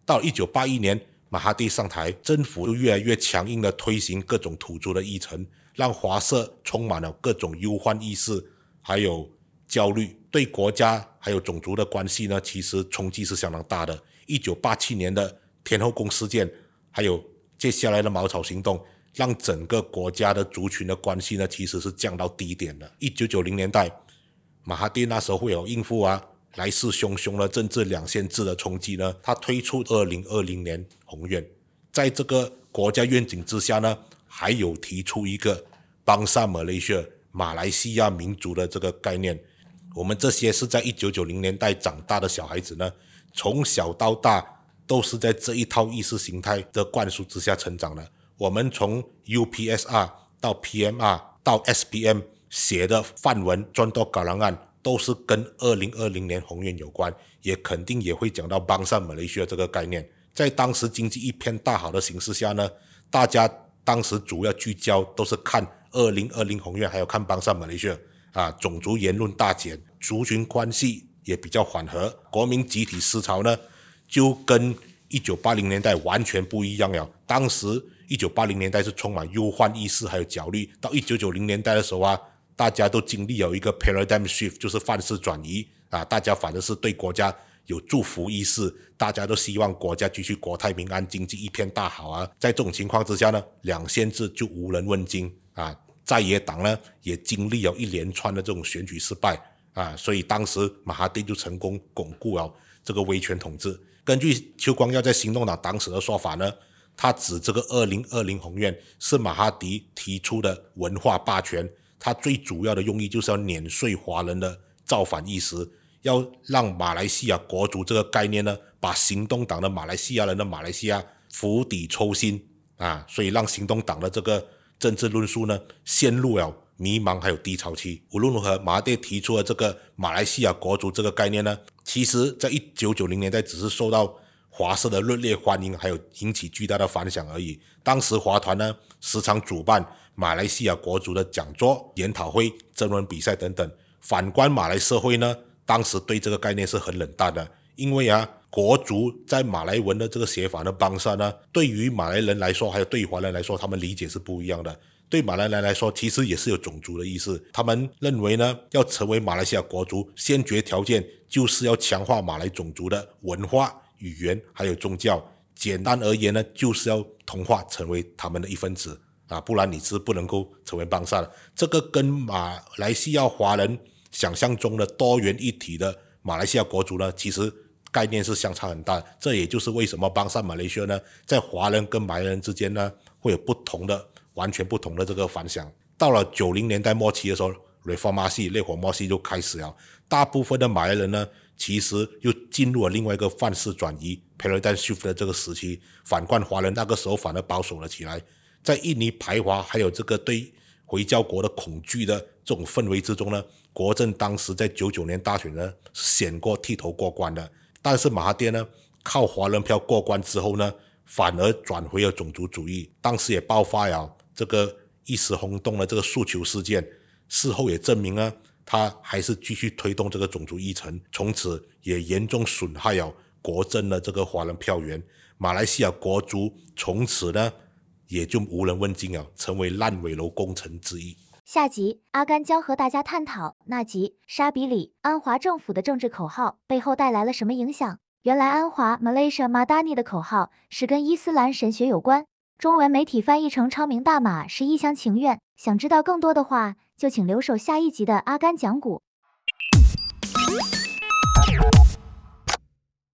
到1981年马哈蒂上台，政府就越来越强硬的推行各种土著的议程，让华社充满了各种忧患意识还有焦虑，对国家还有种族的关系呢，其实冲击是相当大的。1987年的天后宫事件还有接下来的茅草行动，让整个国家的族群的关系呢，其实是降到低点的。1990年代马哈蒂那时候会有应付来势汹汹的政治两线制的冲击呢，他推出2020年宏愿，在这个国家愿景之下呢，还有提出一个Bangsa Malaysia 马来西亚民族的这个概念。我们这些是在1990年代长大的小孩子呢，从小到大都是在这一套意识形态的灌输之下成长的。我们从 UPSR 到 PMR 到 SPM 写的范文专多稿栏案都是跟2020年宏愿有关，也肯定也会讲到Bangsa Malaysia这个概念。在当时经济一片大好的形势下呢，大家当时主要聚焦都是看2020宏愿还有看Bangsa Malaysia种族言论大减，族群关系也比较缓和，国民集体思潮呢就跟1980年代完全不一样了。当时1980年代是充满忧患意识还有焦虑，到1990年代的时候大家都经历了一个 paradigm shift， 就是范式转移大家反而是对国家有祝福意识，大家都希望国家继续国泰民安，经济一片大好在这种情况之下呢，两县制就无人问津在野党呢也经历了一连串的这种选举失败所以当时马哈蒂就成功巩固了这个威权统治。根据邱光耀在行动党当时的说法呢，他指这个2020宏愿是马哈蒂提出的文化霸权，他最主要的用意就是要碾碎华人的造反意识，要让马来西亚国族这个概念呢，把行动党的马来西亚人的马来西亚釜底抽薪所以让行动党的这个政治论述呢陷入了迷茫还有低潮期。无论如何，马哈蒂提出的这个马来西亚国族这个概念呢，其实在1990年代只是受到华社的热烈欢迎，还有引起巨大的反响而已。当时华团呢时常主办马来西亚国族的讲座、研讨会、征文比赛等等。反观马来社会呢，当时对这个概念是很冷淡的，因为国族在马来文的这个写法呢，Bangsa呢，对于马来人来说还有对于华人来说，他们理解是不一样的。对马来人来说其实也是有种族的意思，他们认为呢，要成为马来西亚国族，先决条件就是要强化马来种族的文化、语言还有宗教，简单而言呢，就是要同化成为他们的一份子不然你是不能够成为Bangsa的。这个跟马来西亚华人想象中的多元一体的马来西亚国族呢，其实概念是相差很大。这也就是为什么Bangsa Malaysia呢，在华人跟马来人之间呢，会有完全不同的这个反响。到了90年代末期的时候， Reformasi 烈火末期就开始了，大部分的马来人呢，其实又进入了另外一个范式转移 paradigm shift 的这个时期。反观华人那个时候反而保守了起来，在印尼排华还有这个对回教国的恐惧的这种氛围之中呢，国政当时在99年大选呢险过剃头过关的。但是马哈蒂呢靠华人票过关之后呢，反而转回了种族主义，当时也爆发了这个一时轰动的这个诉求事件。事后也证明呢，他还是继续推动这个种族议程，从此也严重损害了国政的这个华人票源。马来西亚国族从此呢也就无人问津了，成为烂尾楼工程之一。 下集阿甘将和大家探讨那集沙比里安华政府的政治口号背后带来了什么影响。原来安华 Malaysia Madani 的口号是跟伊斯兰神学有关，中文媒体翻译成昌明大马是一厢情愿。想知道更多的话，就请留守下一集的阿甘讲古。